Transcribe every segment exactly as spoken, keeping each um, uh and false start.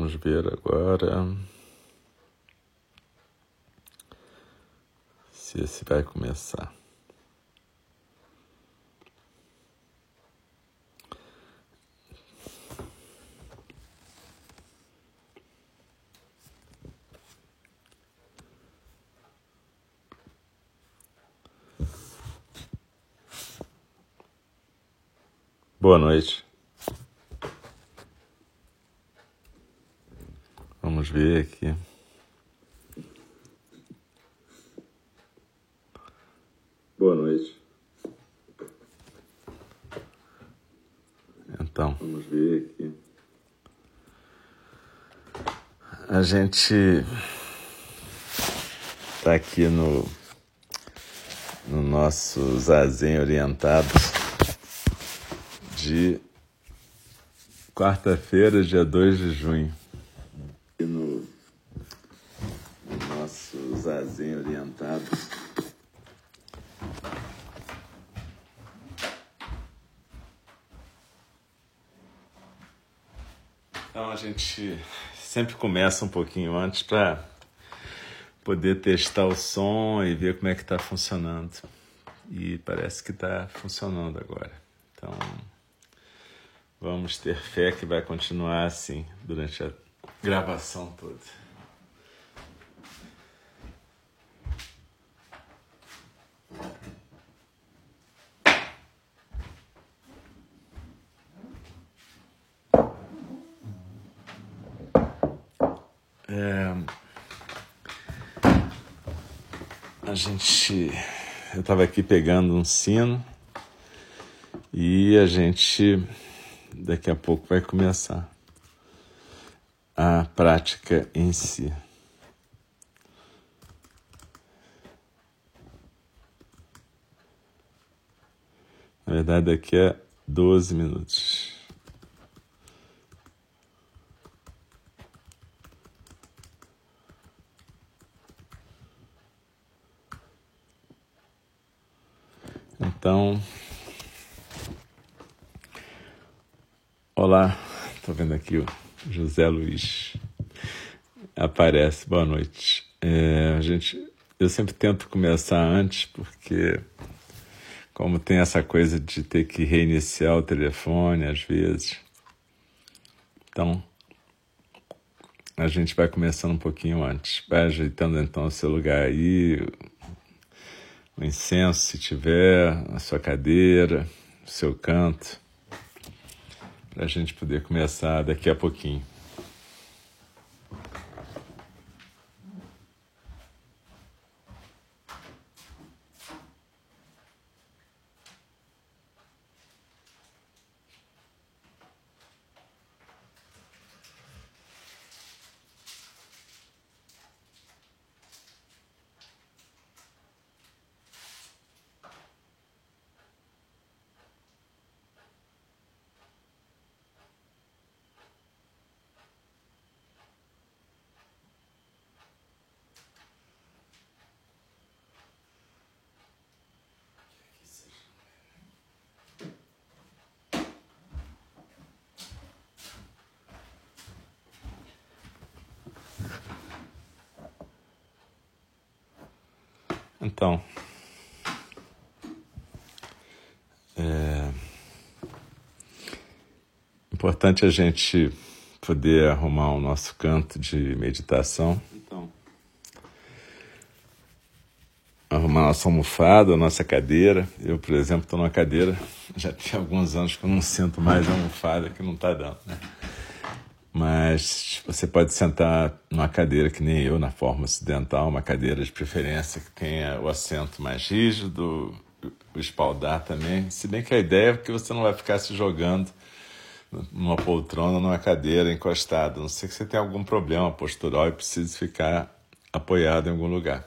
Vamos ver agora se esse vai começar. Boa noite. Vamos ver aqui. Boa noite. Então, vamos ver aqui. A gente está aqui no, no nosso zazen orientado de quarta-feira, dia dois de junho. No, no nosso zazen orientado Então a gente sempre começa um pouquinho antes para poder testar o som e ver como é que está funcionando. E parece que está funcionando agora. Então vamos ter fé que vai continuar assim durante a gravação toda. É, a gente, eu estava aqui pegando um sino e a gente daqui a pouco vai começar a prática em si. Na verdade, daqui a doze minutos. Então, olá, estou vendo aqui o José Luiz, aparece, boa noite. É, a gente, eu sempre tento começar antes, porque como tem essa coisa de ter que reiniciar o telefone às vezes, então a gente vai começando um pouquinho antes. Vai ajeitando então o seu lugar aí, o incenso, se tiver, a sua cadeira, o seu canto, para a gente poder começar daqui a pouquinho. Então, é importante a gente poder arrumar o nosso canto de meditação. Então, arrumar a nossa almofada, a nossa cadeira. Eu, por exemplo, estou numa cadeira, já tem alguns anos que eu não sinto mais a almofada, que não está dando, né? Mas você pode sentar numa cadeira que nem eu, na forma ocidental, uma cadeira de preferência que tenha o assento mais rígido, o espaldar também. Se bem que a ideia é que você não vai ficar se jogando numa poltrona, numa cadeira encostada. A não ser que você tenha algum problema postural e precise ficar apoiado em algum lugar.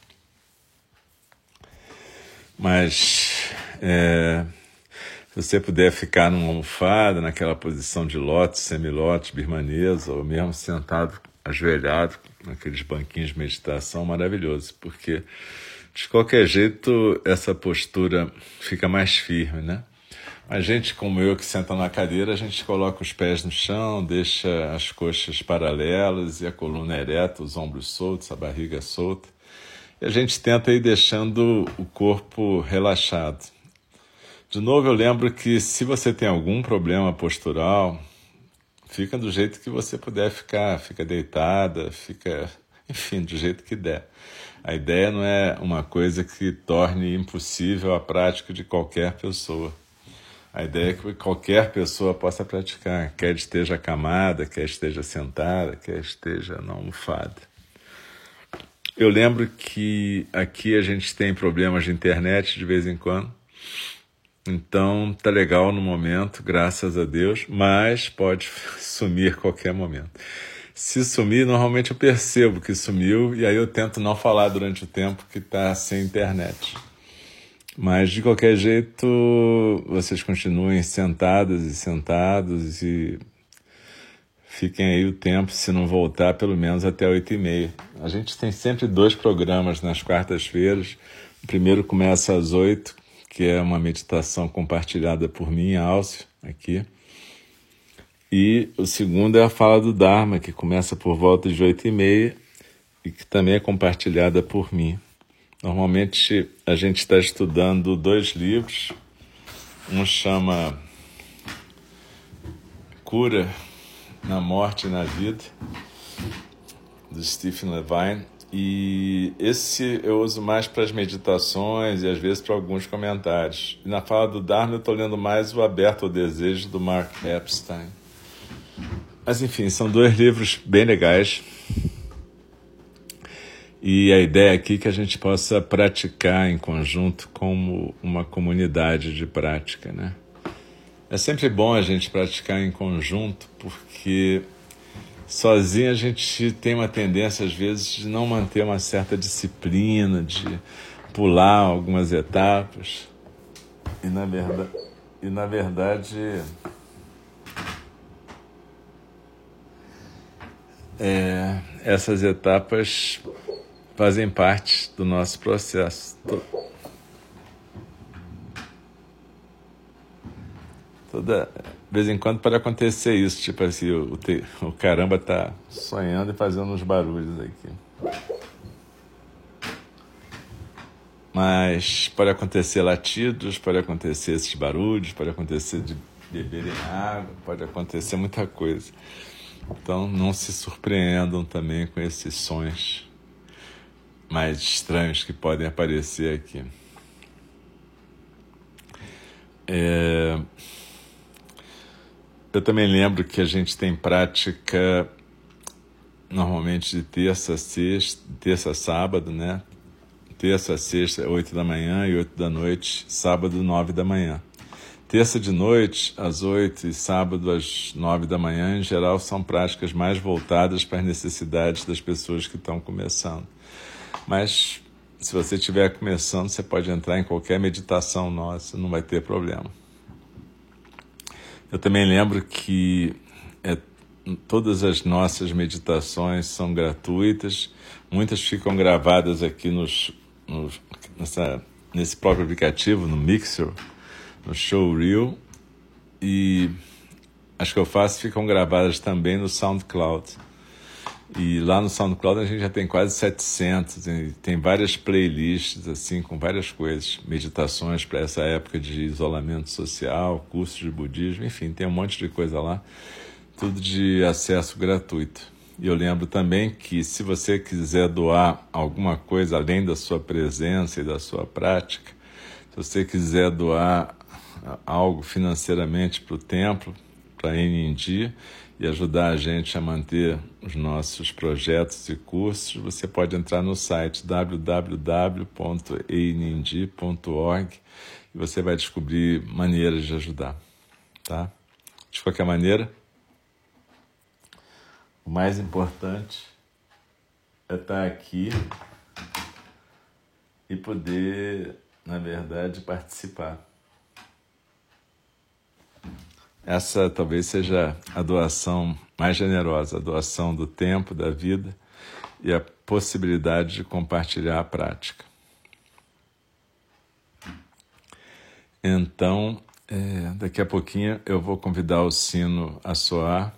Mas é, se você puder ficar numa almofada, naquela posição de lótus, semilótus, birmanesa, ou mesmo sentado, ajoelhado, naqueles banquinhos de meditação, maravilhoso, porque de qualquer jeito essa postura fica mais firme, né? A gente, como eu, que senta na cadeira, a gente coloca os pés no chão, deixa as coxas paralelas e a coluna ereta, os ombros soltos, a barriga solta. E a gente tenta ir deixando o corpo relaxado. De novo, eu lembro que se você tem algum problema postural, fica do jeito que você puder ficar, fica deitada, fica, enfim, do jeito que der. A ideia não é uma coisa que torne impossível a prática de qualquer pessoa. A ideia é que qualquer pessoa possa praticar, quer esteja acamada, quer esteja sentada, quer esteja na almofada. Eu lembro que aqui a gente tem problemas de internet de vez em quando, então tá legal no momento, graças a Deus, mas pode sumir qualquer momento. Se sumir, normalmente eu percebo que sumiu e aí eu tento não falar durante o tempo que está sem internet. Mas, de qualquer jeito, vocês continuem sentadas e sentados e fiquem aí o tempo, se não voltar, pelo menos até oito e meia. A gente tem sempre dois programas nas quartas-feiras. O primeiro começa às oito, que é uma meditação compartilhada por mim e Álcio, aqui. E o segundo é a fala do Dharma, que começa por volta de oito e meia e que também é compartilhada por mim. Normalmente a gente está estudando dois livros. Um chama Cura na Morte e na Vida, do Stephen Levine. E esse eu uso mais para as meditações e às vezes para alguns comentários. E na fala do Dharma eu estou lendo mais o Aberto ao Desejo, do Mark Epstein. Mas enfim, são dois livros bem legais. E a ideia aqui é que a gente possa praticar em conjunto como uma comunidade de prática, né? É sempre bom a gente praticar em conjunto, porque sozinho a gente tem uma tendência, às vezes, de não manter uma certa disciplina, de pular algumas etapas. E, na verdade, e, na verdade é, essas etapas fazem parte do nosso processo. Toda vez em quando pode acontecer isso, tipo assim, o, te, o caramba tá sonhando e fazendo uns barulhos aqui. Mas pode acontecer latidos, pode acontecer esses barulhos, pode acontecer de beberem água, pode acontecer muita coisa. Então não se surpreendam também com esses sons mais estranhos que podem aparecer aqui. É... Eu também lembro que a gente tem prática normalmente de terça a sexta, terça a sábado, né? Terça a sexta, oito da manhã e oito da noite, sábado, nove da manhã. Terça de noite, às oito, e sábado, às nove da manhã, em geral, são práticas mais voltadas para as necessidades das pessoas que estão começando. Mas, se você estiver começando, você pode entrar em qualquer meditação nossa, não vai ter problema. Eu também lembro que é, todas as nossas meditações são gratuitas, muitas ficam gravadas aqui nos, nos, nessa, nesse próprio aplicativo, no Mixer, no Showreel, e as que eu faço ficam gravadas também no SoundCloud. E lá no SoundCloud a gente já tem quase setecentos, tem, tem várias playlists assim, com várias coisas, meditações para essa época de isolamento social, cursos de budismo, enfim, tem um monte de coisa lá, tudo de acesso gratuito. E eu lembro também que se você quiser doar alguma coisa além da sua presença e da sua prática, se você quiser doar algo financeiramente para o templo, para a N N D, e ajudar a gente a manter os nossos projetos e cursos, você pode entrar no site w w w ponto a n n d ponto org e você vai descobrir maneiras de ajudar, tá? De qualquer maneira, o mais importante é estar aqui e poder, na verdade, participar. Essa talvez seja a doação mais generosa, a doação do tempo, da vida e a possibilidade de compartilhar a prática. Então, É, daqui a pouquinho eu vou convidar o sino a soar.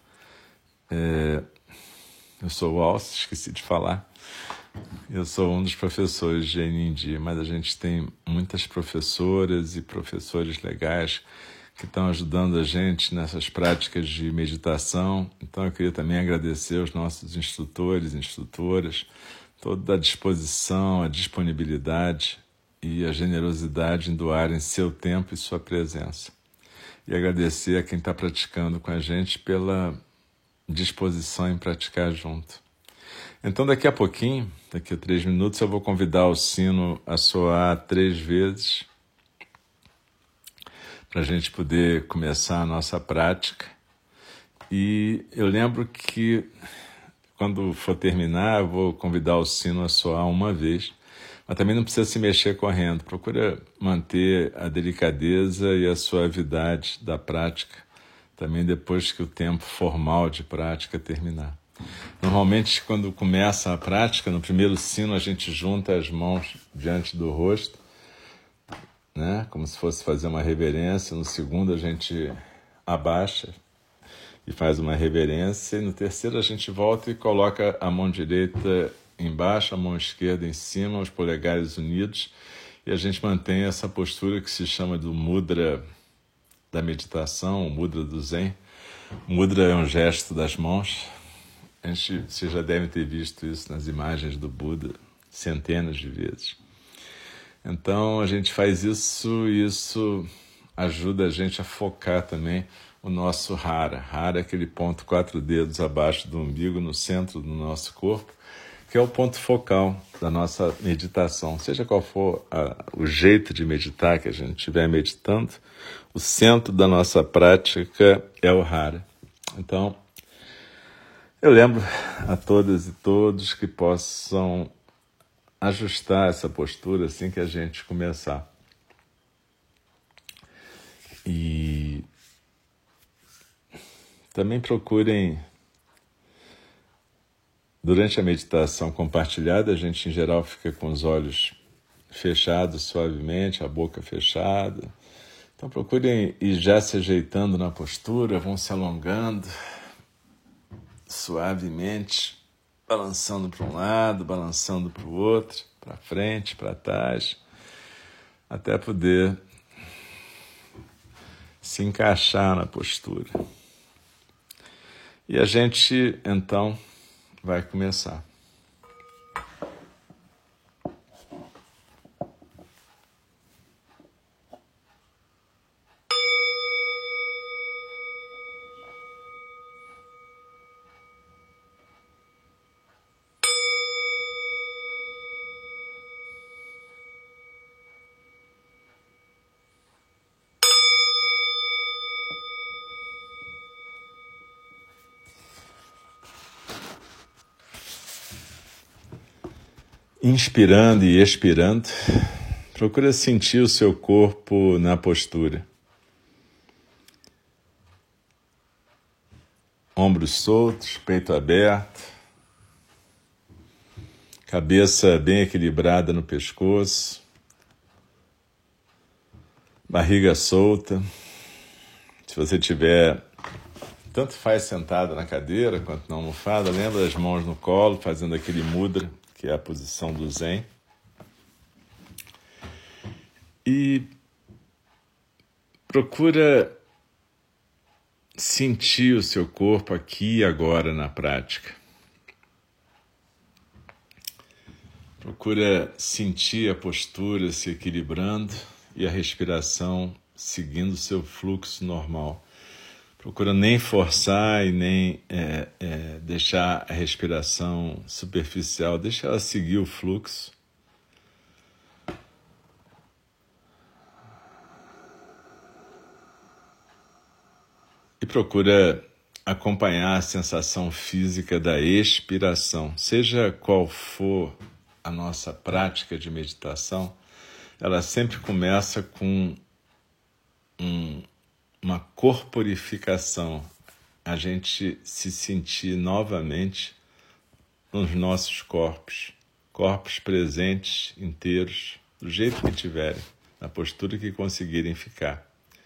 É, eu sou o Alce, esqueci de falar. Eu sou um dos professores de Enindi, mas a gente tem muitas professoras e professores legais que estão ajudando a gente nessas práticas de meditação. Então eu queria também agradecer aos nossos instrutores e instrutoras, toda a disposição, a disponibilidade e a generosidade em doarem seu tempo e sua presença. E agradecer a quem está praticando com a gente pela disposição em praticar junto. Então daqui a pouquinho, daqui a três minutos, eu vou convidar o sino a soar três vezes para a gente poder começar a nossa prática. E eu lembro que quando for terminar, eu vou convidar o sino a soar uma vez, mas também não precisa se mexer correndo. Procura manter a delicadeza e a suavidade da prática, também depois que o tempo formal de prática terminar. Normalmente, quando começa a prática, no primeiro sino a gente junta as mãos diante do rosto, né? Como se fosse fazer uma reverência. No segundo a gente abaixa e faz uma reverência. E no terceiro a gente volta e coloca a mão direita embaixo, a mão esquerda em cima, os polegares unidos. E a gente mantém essa postura que se chama do mudra da meditação, o mudra do Zen. Mudra é um gesto das mãos. A gente, vocês já devem ter visto isso nas imagens do Buda centenas de vezes. Então a gente faz isso e isso ajuda a gente a focar também o nosso hara. Hara é aquele ponto quatro dedos abaixo do umbigo, no centro do nosso corpo, que é o ponto focal da nossa meditação. Seja qual for a, o jeito de meditar que a gente estiver meditando, o centro da nossa prática é o hara. Então, eu lembro a todas e todos que possam ajustar essa postura assim que a gente começar. E também procurem, durante a meditação compartilhada, a gente em geral fica com os olhos fechados suavemente, a boca fechada. Então procurem ir já se ajeitando na postura, vão se alongando suavemente, balançando para um lado, balançando para o outro, para frente, para trás, até poder se encaixar na postura. E a gente, então, vai começar. Inspirando e expirando, procura sentir o seu corpo na postura. Ombros soltos, peito aberto, cabeça bem equilibrada no pescoço, barriga solta. Se você tiver, tanto faz sentado na cadeira quanto na almofada, lembra as mãos no colo, fazendo aquele mudra, que é a posição do Zen. E procura sentir o seu corpo aqui e agora na prática. Procura sentir a postura se equilibrando e a respiração seguindo o seu fluxo normal. Procura nem forçar e nem é, é, deixar a respiração superficial, deixa ela seguir o fluxo. E procura acompanhar a sensação física da expiração. Seja qual for a nossa prática de meditação, ela sempre começa com um uma corporificação, a gente se sentir novamente nos nossos corpos, corpos presentes, inteiros, do jeito que tiverem, na postura que conseguirem ficar.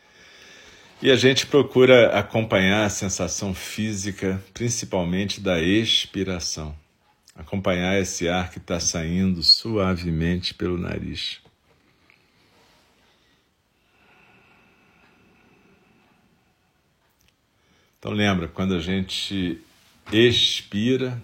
E a gente procura acompanhar a sensação física, principalmente da expiração. Acompanhar esse ar que está saindo suavemente pelo nariz. Então lembra, quando a gente expira,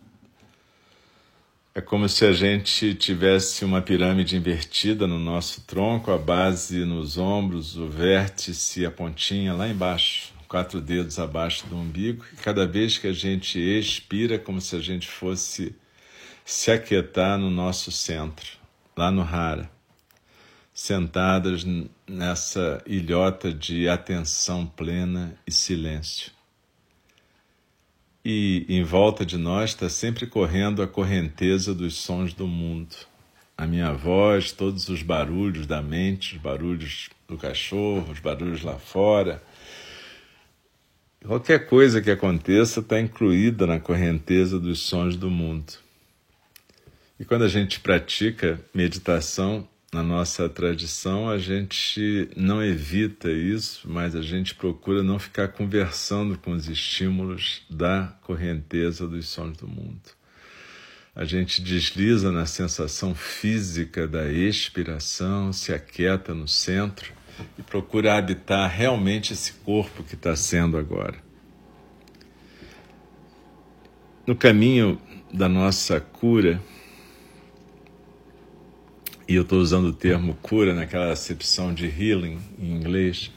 é como se a gente tivesse uma pirâmide invertida no nosso tronco, a base nos ombros, o vértice e a pontinha lá embaixo, quatro dedos abaixo do umbigo. E cada vez que a gente expira, é como se a gente fosse se aquietar no nosso centro, lá no Hara, sentadas nessa ilhota de atenção plena e silêncio. E em volta de nós está sempre correndo a correnteza dos sons do mundo. A minha voz, todos os barulhos da mente, os barulhos do cachorro, os barulhos lá fora. Qualquer coisa que aconteça está incluída na correnteza dos sons do mundo. E quando a gente pratica meditação, na nossa tradição, a gente não evita isso, mas a gente procura não ficar conversando com os estímulos da correnteza dos sons do mundo. A gente desliza na sensação física da expiração, se aquieta no centro e procura habitar realmente esse corpo que está sendo agora. No caminho da nossa cura, e eu estou usando o termo cura naquela acepção de healing em inglês,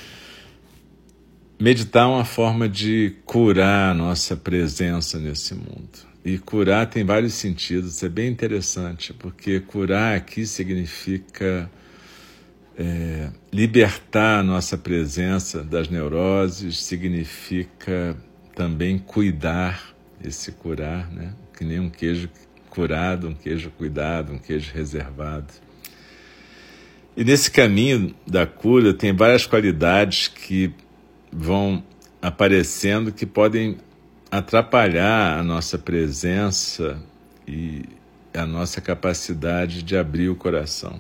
meditar é uma forma de curar a nossa presença nesse mundo. E curar tem vários sentidos, é bem interessante, porque curar aqui significa é, libertar a nossa presença das neuroses, significa também cuidar, esse curar, né? Que nem um queijo curado, um queijo cuidado, um queijo reservado. E nesse caminho da cura tem várias qualidades que vão aparecendo que podem atrapalhar a nossa presença e a nossa capacidade de abrir o coração.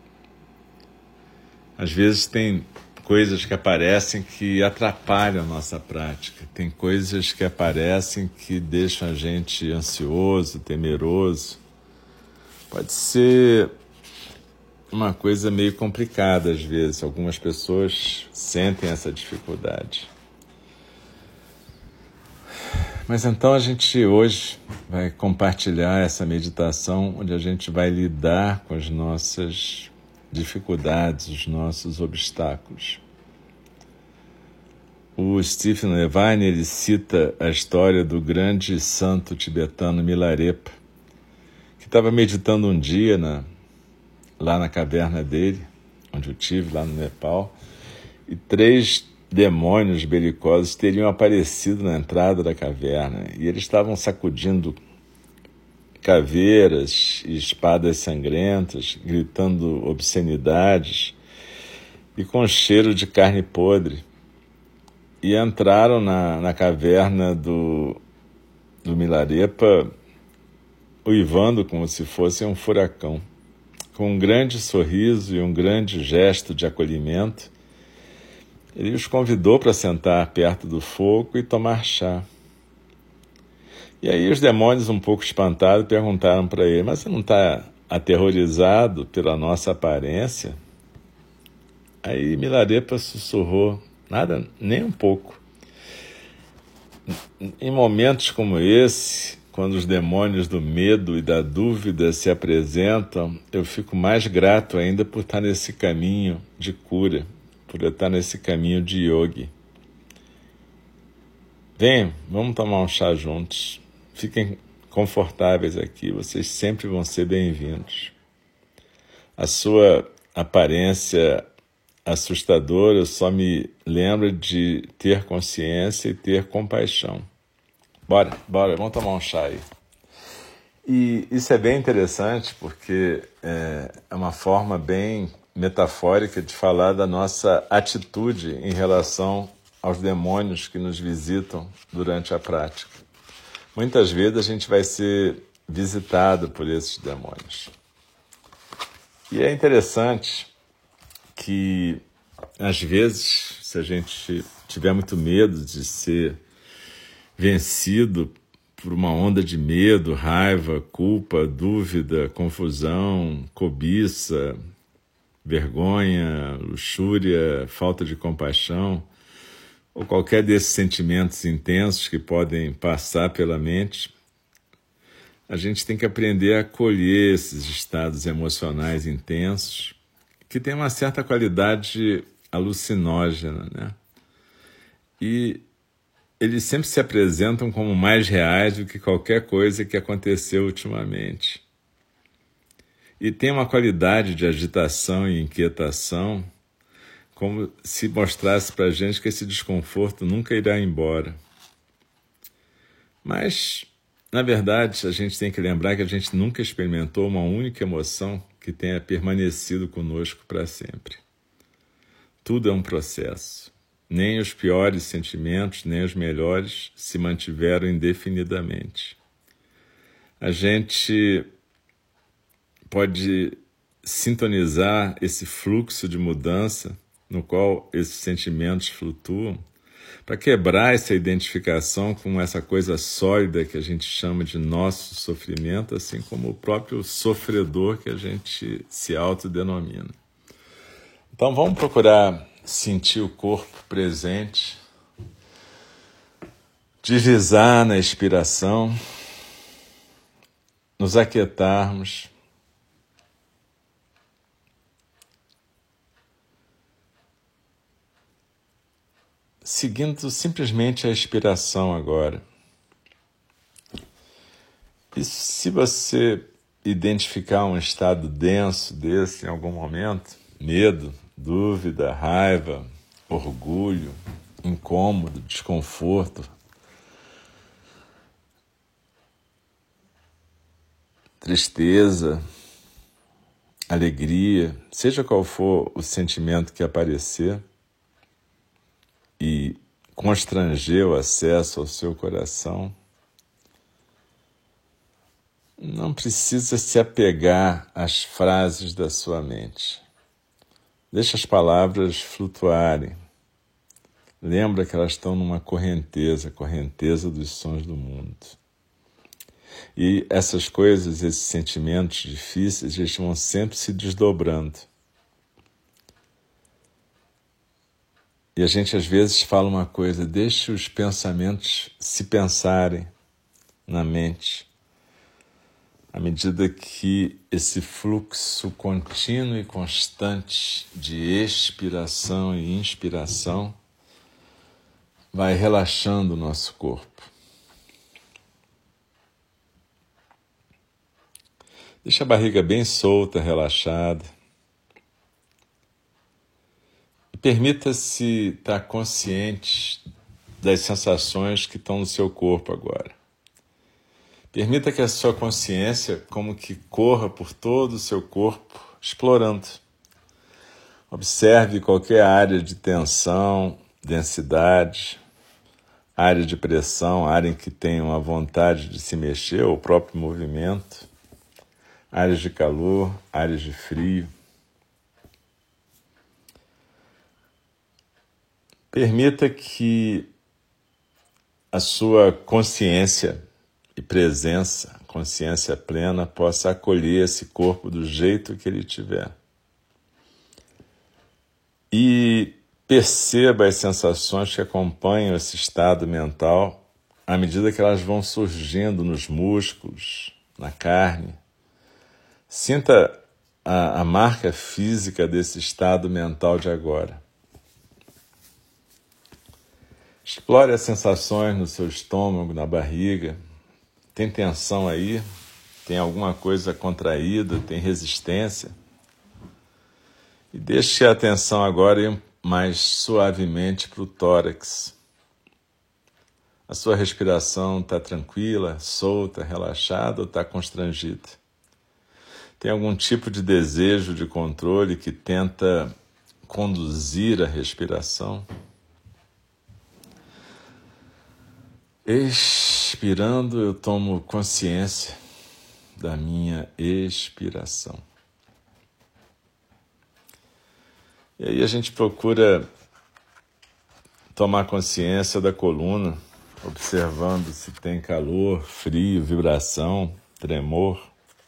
Às vezes tem coisas que aparecem que atrapalham a nossa prática. Tem coisas que aparecem que deixam a gente ansioso, temeroso. Pode ser uma coisa meio complicada às vezes. Algumas pessoas sentem essa dificuldade. Mas então a gente hoje vai compartilhar essa meditação onde a gente vai lidar com as nossas dificuldades, os nossos obstáculos. O Stephen Levine, ele cita a história do grande santo tibetano Milarepa, que estava meditando um dia na, lá na caverna dele, onde eu tive, lá no Nepal, e três demônios belicosos teriam aparecido na entrada da caverna, e eles estavam sacudindo caveiras e espadas sangrentas, gritando obscenidades e com cheiro de carne podre. E entraram na, na caverna do, do Milarepa, uivando como se fosse um furacão. Com um grande sorriso e um grande gesto de acolhimento, ele os convidou para sentar perto do fogo e tomar chá. E aí os demônios, um pouco espantados, perguntaram para ele: mas você não está aterrorizado pela nossa aparência? Aí Milarepa sussurrou: nada, nem um pouco. Em momentos como esse, quando os demônios do medo e da dúvida se apresentam, eu fico mais grato ainda por estar nesse caminho de cura, por estar nesse caminho de yogi. Venham, vamos tomar um chá juntos. Fiquem confortáveis aqui, vocês sempre vão ser bem-vindos. A sua aparência assustadora só me lembra de ter consciência e ter compaixão. Bora, bora, vamos tomar um chá aí. E isso é bem interessante porque é, é uma forma bem metafórica de falar da nossa atitude em relação aos demônios que nos visitam durante a prática. Muitas vezes a gente vai ser visitado por esses demônios. E é interessante que, às vezes, se a gente tiver muito medo de ser vencido por uma onda de medo, raiva, culpa, dúvida, confusão, cobiça, vergonha, luxúria, falta de compaixão, ou qualquer desses sentimentos intensos que podem passar pela mente, a gente tem que aprender a acolher esses estados emocionais intensos, que têm uma certa qualidade alucinógena, né? E eles sempre se apresentam como mais reais do que qualquer coisa que aconteceu ultimamente. E tem uma qualidade de agitação e inquietação, como se mostrasse para a gente que esse desconforto nunca irá embora. Mas, na verdade, a gente tem que lembrar que a gente nunca experimentou uma única emoção que tenha permanecido conosco para sempre. Tudo é um processo. Nem os piores sentimentos, nem os melhores se mantiveram indefinidamente. A gente pode sintonizar esse fluxo de mudança no qual esses sentimentos flutuam para quebrar essa identificação com essa coisa sólida que a gente chama de nosso sofrimento, assim como o próprio sofredor que a gente se autodenomina. Então vamos procurar sentir o corpo presente, deslizar na expiração, nos aquietarmos, seguindo simplesmente a expiração agora. E se você identificar um estado denso desse em algum momento, medo, dúvida, raiva, orgulho, incômodo, desconforto, tristeza, alegria, seja qual for o sentimento que aparecer e constranger o acesso ao seu coração, não precisa se apegar às frases da sua mente. Deixa as palavras flutuarem. Lembra que elas estão numa correnteza, correnteza dos sons do mundo. E essas coisas, esses sentimentos difíceis, eles vão sempre se desdobrando. E a gente às vezes fala uma coisa, deixe os pensamentos se pensarem na mente. À medida que esse fluxo contínuo e constante de expiração e inspiração vai relaxando o nosso corpo. Deixa a barriga bem solta, relaxada. E permita-se estar consciente das sensações que estão no seu corpo agora. Permita que a sua consciência como que corra por todo o seu corpo, explorando. Observe qualquer área de tensão, densidade, área de pressão, área em que tem uma vontade de se mexer, ou o próprio movimento, áreas de calor, áreas de frio. Permita que a sua consciência e presença, consciência plena, possa acolher esse corpo do jeito que ele tiver. E perceba as sensações que acompanham esse estado mental à medida que elas vão surgindo nos músculos, na carne. Sinta a, a marca física desse estado mental de agora. Explore as sensações no seu estômago, na barriga. Tem tensão aí? Tem alguma coisa contraída? Tem resistência? E deixe a atenção agora ir mais suavemente para o tórax. A sua respiração está tranquila, solta, relaxada ou está constrangida? Tem algum tipo de desejo de controle que tenta conduzir a respiração? Expirando, eu tomo consciência da minha expiração. E aí a gente procura tomar consciência da coluna, observando se tem calor, frio, vibração, tremor.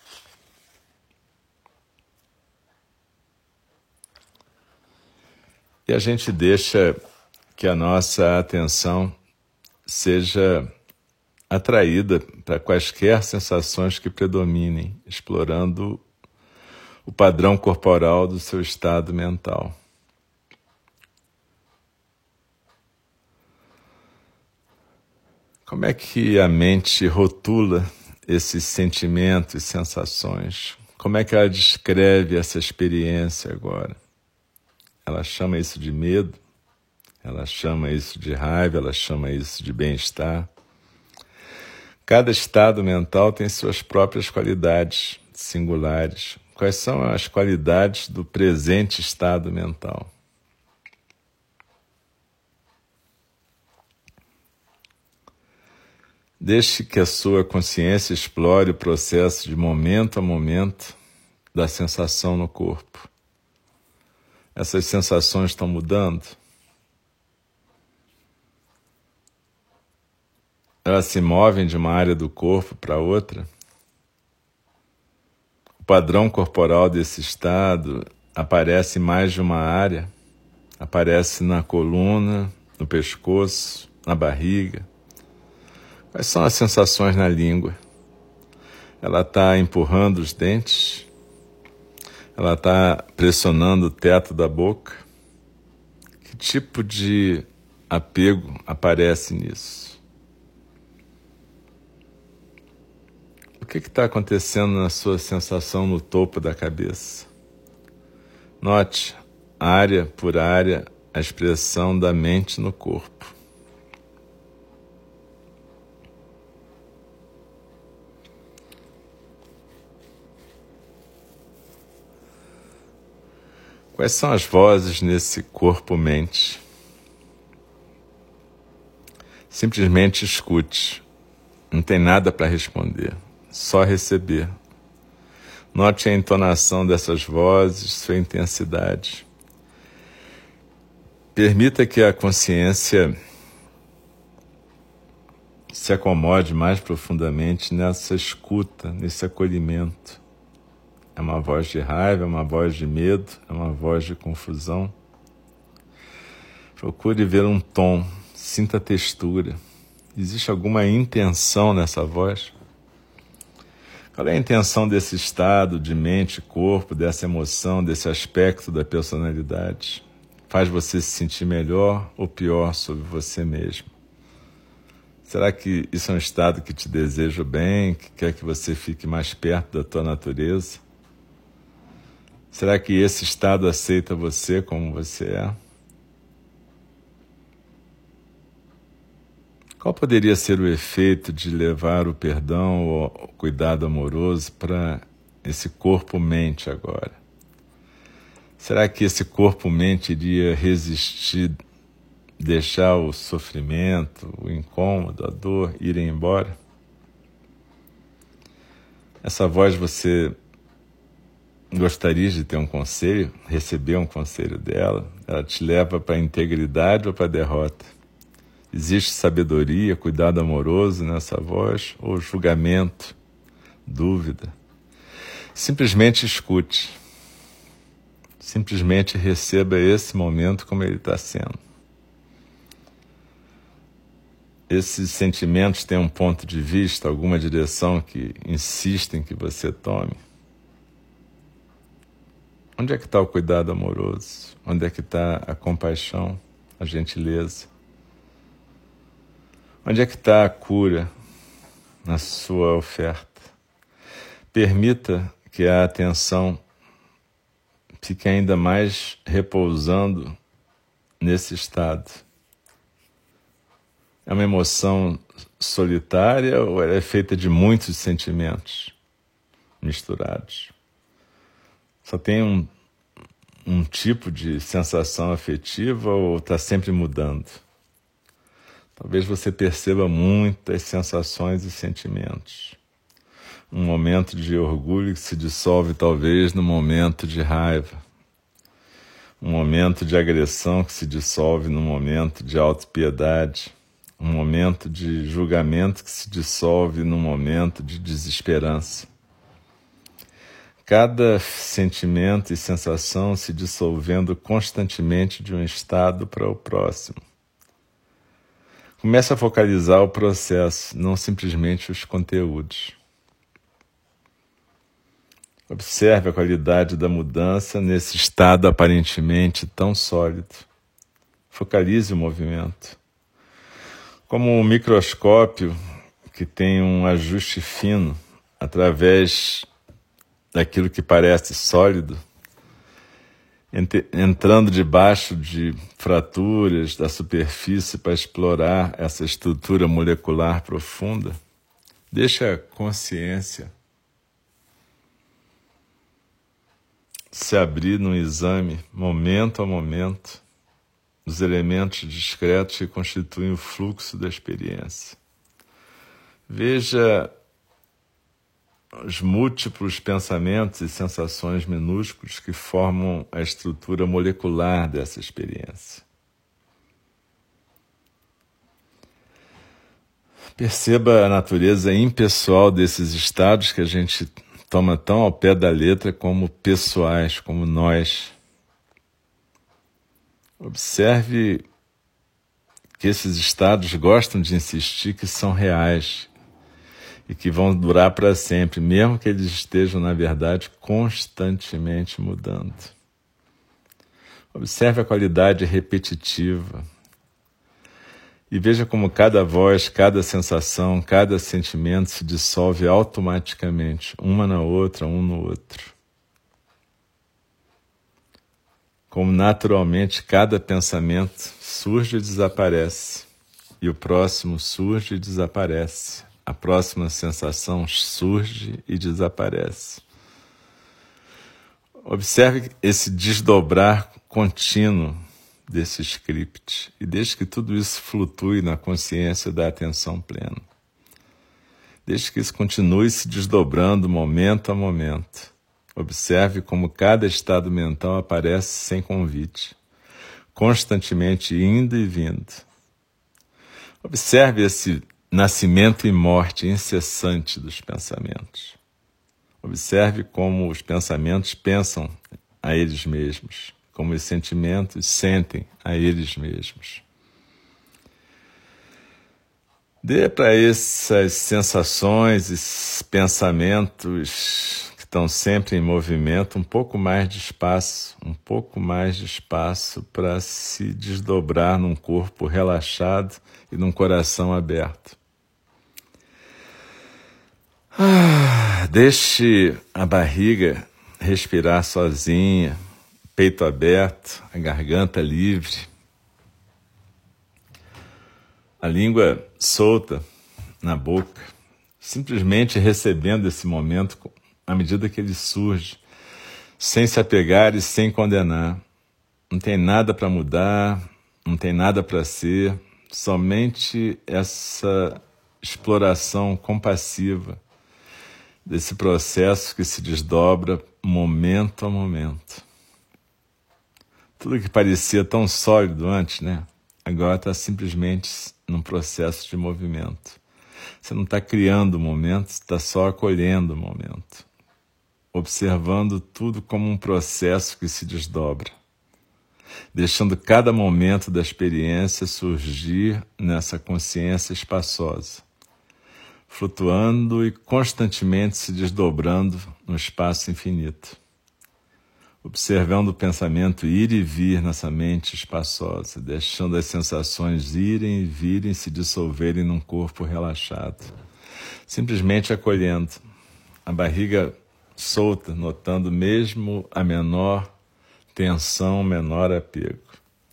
E a gente deixa que a nossa atenção seja atraída para quaisquer sensações que predominem, explorando o padrão corporal do seu estado mental. Como é que a mente rotula esses sentimentos e sensações? Como é que ela descreve essa experiência agora? Ela chama isso de medo, ela chama isso de raiva, ela chama isso de bem-estar. Cada estado mental tem suas próprias qualidades singulares. Quais são as qualidades do presente estado mental? Deixe que a sua consciência explore o processo de momento a momento da sensação no corpo. Essas sensações estão mudando? Elas se movem de uma área do corpo para outra? O padrão corporal desse estado aparece em mais de uma área? Aparece na coluna, no pescoço, na barriga? Quais são as sensações na língua? Ela está empurrando os dentes? Ela está pressionando o teto da boca? Que tipo de apego aparece nisso? O que está acontecendo na sua sensação no topo da cabeça? Note, área por área, a expressão da mente no corpo. Quais são as vozes nesse corpo-mente? Simplesmente escute. Não tem nada para responder, só receber. Note a entonação dessas vozes, sua intensidade. Permita que a consciência se acomode mais profundamente nessa escuta, nesse acolhimento. É uma voz de raiva, é uma voz de medo, é uma voz de confusão. Procure ver um tom, sinta a textura. Existe alguma intenção nessa voz? Qual é a intenção desse estado de mente e corpo, dessa emoção, desse aspecto da personalidade? Faz você se sentir melhor ou pior sobre você mesmo? Será que isso é um estado que te deseja bem, que quer que você fique mais perto da tua natureza? Será que esse estado aceita você como você é? Qual poderia ser o efeito de levar o perdão ou o cuidado amoroso para esse corpo-mente agora? Será que esse corpo-mente iria resistir, deixar o sofrimento, o incômodo, a dor irem embora? Essa voz, você gostaria de ter um conselho, receber um conselho dela? Ela te leva para a integridade ou para a derrota? Existe sabedoria, cuidado amoroso nessa voz? Ou julgamento, dúvida? Simplesmente escute. Simplesmente receba esse momento como ele está sendo. Esses sentimentos têm um ponto de vista, alguma direção que insistem que você tome? Onde é que está o cuidado amoroso? Onde é que está a compaixão, a gentileza? Onde é que está a cura na sua oferta? Permita que a atenção fique ainda mais repousando nesse estado. É uma emoção solitária ou ela é feita de muitos sentimentos misturados? Só tem um, um tipo de sensação afetiva ou está sempre mudando? Talvez você perceba muitas sensações e sentimentos. Um momento de orgulho que se dissolve talvez no momento de raiva. um momento de agressão que se dissolve num momento de autopiedade, um momento de julgamento que se dissolve num momento de desesperança. Cada sentimento e sensação se dissolvendo constantemente de um estado para o próximo. Comece a focalizar o processo, não simplesmente os conteúdos. Observe a qualidade da mudança nesse estado aparentemente tão sólido. Focalize o movimento. Como um microscópio que tem um ajuste fino através daquilo que parece sólido, entrando debaixo de fraturas da superfície para explorar essa estrutura molecular profunda, deixe a consciência se abrir num exame, momento a momento, dos elementos discretos que constituem o fluxo da experiência. Veja os múltiplos pensamentos e sensações minúsculos que formam a estrutura molecular dessa experiência. Perceba a natureza impessoal desses estados que a gente toma tão ao pé da letra como pessoais, como nós. Observe que esses estados gostam de insistir que são reais e que vão durar para sempre, mesmo que eles estejam, na verdade, constantemente mudando. Observe a qualidade repetitiva e veja como cada voz, cada sensação, cada sentimento se dissolve automaticamente, uma na outra, um no outro. Como naturalmente cada pensamento surge e desaparece, e o próximo surge e desaparece. A próxima sensação surge e desaparece. Observe esse desdobrar contínuo desse script e deixe que tudo isso flutue na consciência da atenção plena. Deixe que isso continue se desdobrando momento a momento. Observe como cada estado mental aparece sem convite, constantemente indo e vindo. Observe esse nascimento e morte incessante dos pensamentos. Observe como os pensamentos pensam a eles mesmos, como os sentimentos sentem a eles mesmos. Dê para essas sensações, esses pensamentos que estão sempre em movimento, um pouco mais de espaço, um pouco mais de espaço para se desdobrar num corpo relaxado e num coração aberto. Ah, deixe a barriga respirar sozinha, peito aberto, a garganta livre, a língua solta na boca, simplesmente recebendo esse momento à medida que ele surge, sem se apegar e sem condenar. Não tem nada para mudar, não tem nada para ser, somente essa exploração compassiva desse processo que se desdobra momento a momento. Tudo que parecia tão sólido antes, né? Agora está simplesmente num processo de movimento. Você não está criando o momento, você está só acolhendo o momento. Observando tudo como um processo que se desdobra. Deixando cada momento da experiência surgir nessa consciência espaçosa. Flutuando e constantemente se desdobrando no espaço infinito. Observando o pensamento ir e vir nessa mente espaçosa, deixando as sensações irem e virem, se dissolverem num corpo relaxado. Simplesmente acolhendo, a barriga solta, notando mesmo a menor tensão, menor apego.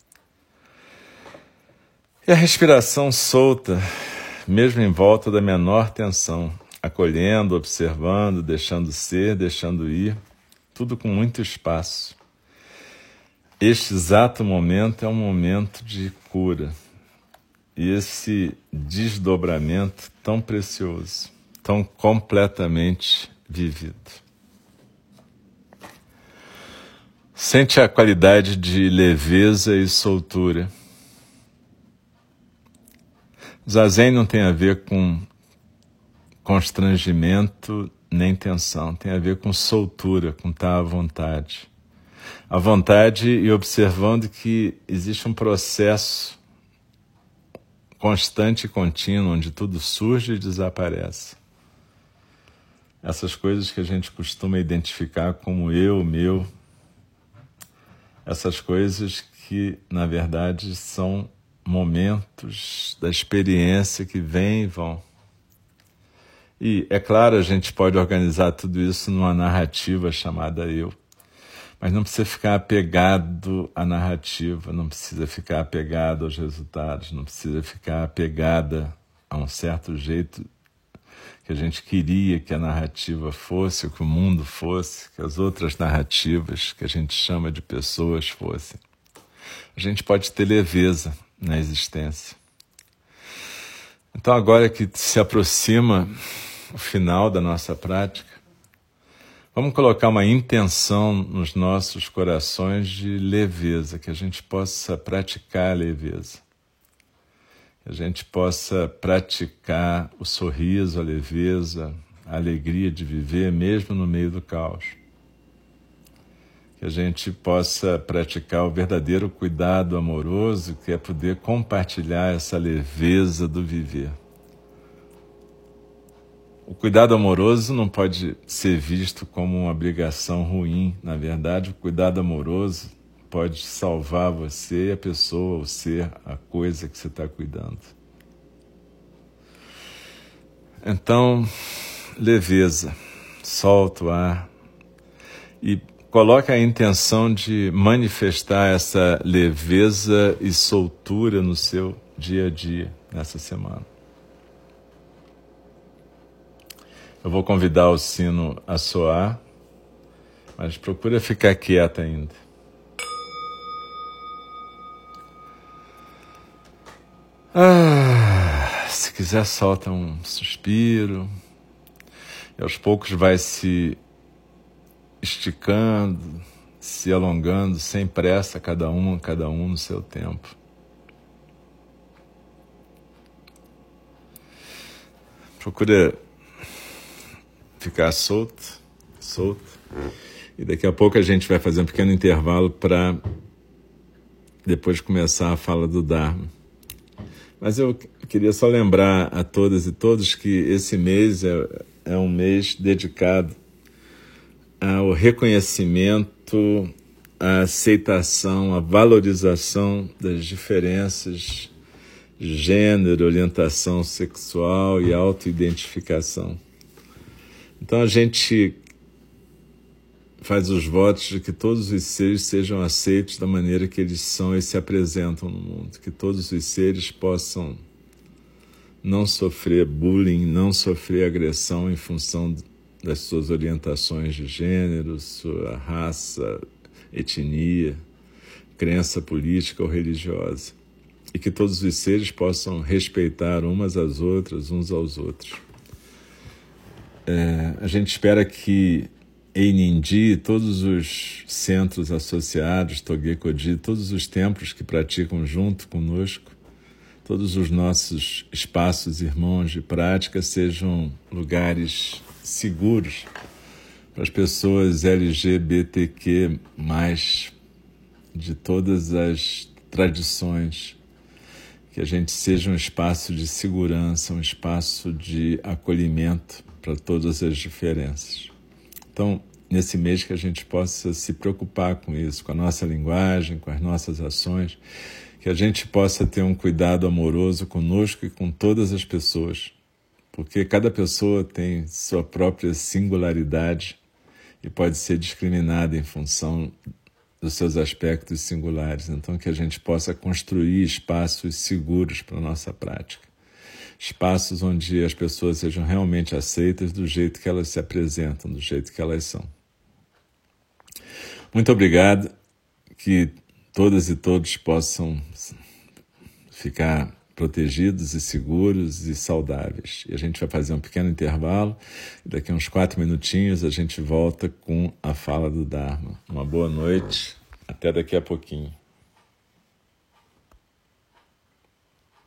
E a respiração solta, mesmo em volta da menor tensão, acolhendo, observando, deixando ser, deixando ir, tudo com muito espaço. Este exato momento é um momento de cura. E esse desdobramento tão precioso, tão completamente vivido. Sente a qualidade de leveza e soltura. Zazen não tem a ver com constrangimento nem tensão, tem a ver com soltura, com estar à vontade. À vontade e observando que existe um processo constante e contínuo, onde tudo surge e desaparece. Essas coisas que a gente costuma identificar como eu, meu, essas coisas que, na verdade, são momentos da experiência que vêm e vão. E, é claro, a gente pode organizar tudo isso numa narrativa chamada eu, mas não precisa ficar apegado à narrativa, não precisa ficar apegado aos resultados, não precisa ficar apegada a um certo jeito que a gente queria que a narrativa fosse, ou que o mundo fosse, que as outras narrativas que a gente chama de pessoas fossem. A gente pode ter leveza na existência. Então, agora que se aproxima o final da nossa prática, vamos colocar uma intenção nos nossos corações de leveza, que a gente possa praticar a leveza, que a gente possa praticar o sorriso, a leveza, a alegria de viver mesmo no meio do caos, que a gente possa praticar o verdadeiro cuidado amoroso, que é poder compartilhar essa leveza do viver. O cuidado amoroso não pode ser visto como uma obrigação ruim. Na verdade, o cuidado amoroso pode salvar você e a pessoa, o ser, a coisa que você está cuidando. Então, leveza, solta o ar e coloca a intenção de manifestar essa leveza e soltura no seu dia a dia, nessa semana. Eu vou convidar o sino a soar, mas procura ficar quieta ainda. Ah, se quiser, solta um suspiro. E aos poucos vai se esticando, se alongando, sem pressa, cada um, cada um no seu tempo. Procura ficar solto, solto. E daqui a pouco a gente vai fazer um pequeno intervalo para depois começar a fala do Dharma. Mas eu queria só lembrar a todas e todos que esse mês é, é um mês dedicado ao reconhecimento, à aceitação, à valorização das diferenças de gênero, orientação sexual e autoidentificação. Então a gente faz os votos de que todos os seres sejam aceitos da maneira que eles são e se apresentam no mundo, que todos os seres possam não sofrer bullying, não sofrer agressão em função das suas orientações de gênero, sua raça, etnia, crença política ou religiosa, e que todos os seres possam respeitar umas às outras, uns aos outros. É, a gente espera que Einindi e todos os centros associados, Togekodi, todos os templos que praticam junto conosco, todos os nossos espaços irmãos de prática sejam lugares seguros para as pessoas L G B T Q mais, de todas as tradições, que a gente seja um espaço de segurança, um espaço de acolhimento para todas as diferenças. Então, nesse mês que a gente possa se preocupar com isso, com a nossa linguagem, com as nossas ações, que a gente possa ter um cuidado amoroso conosco e com todas as pessoas, porque cada pessoa tem sua própria singularidade e pode ser discriminada em função dos seus aspectos singulares. Então, que a gente possa construir espaços seguros para a nossa prática. Espaços onde as pessoas sejam realmente aceitas do jeito que elas se apresentam, do jeito que elas são. Muito obrigado, que todas e todos possam ficar protegidos e seguros e saudáveis. E a gente vai fazer um pequeno intervalo e daqui a uns quatro minutinhos a gente volta com a fala do Dharma. Uma boa noite, até daqui a pouquinho.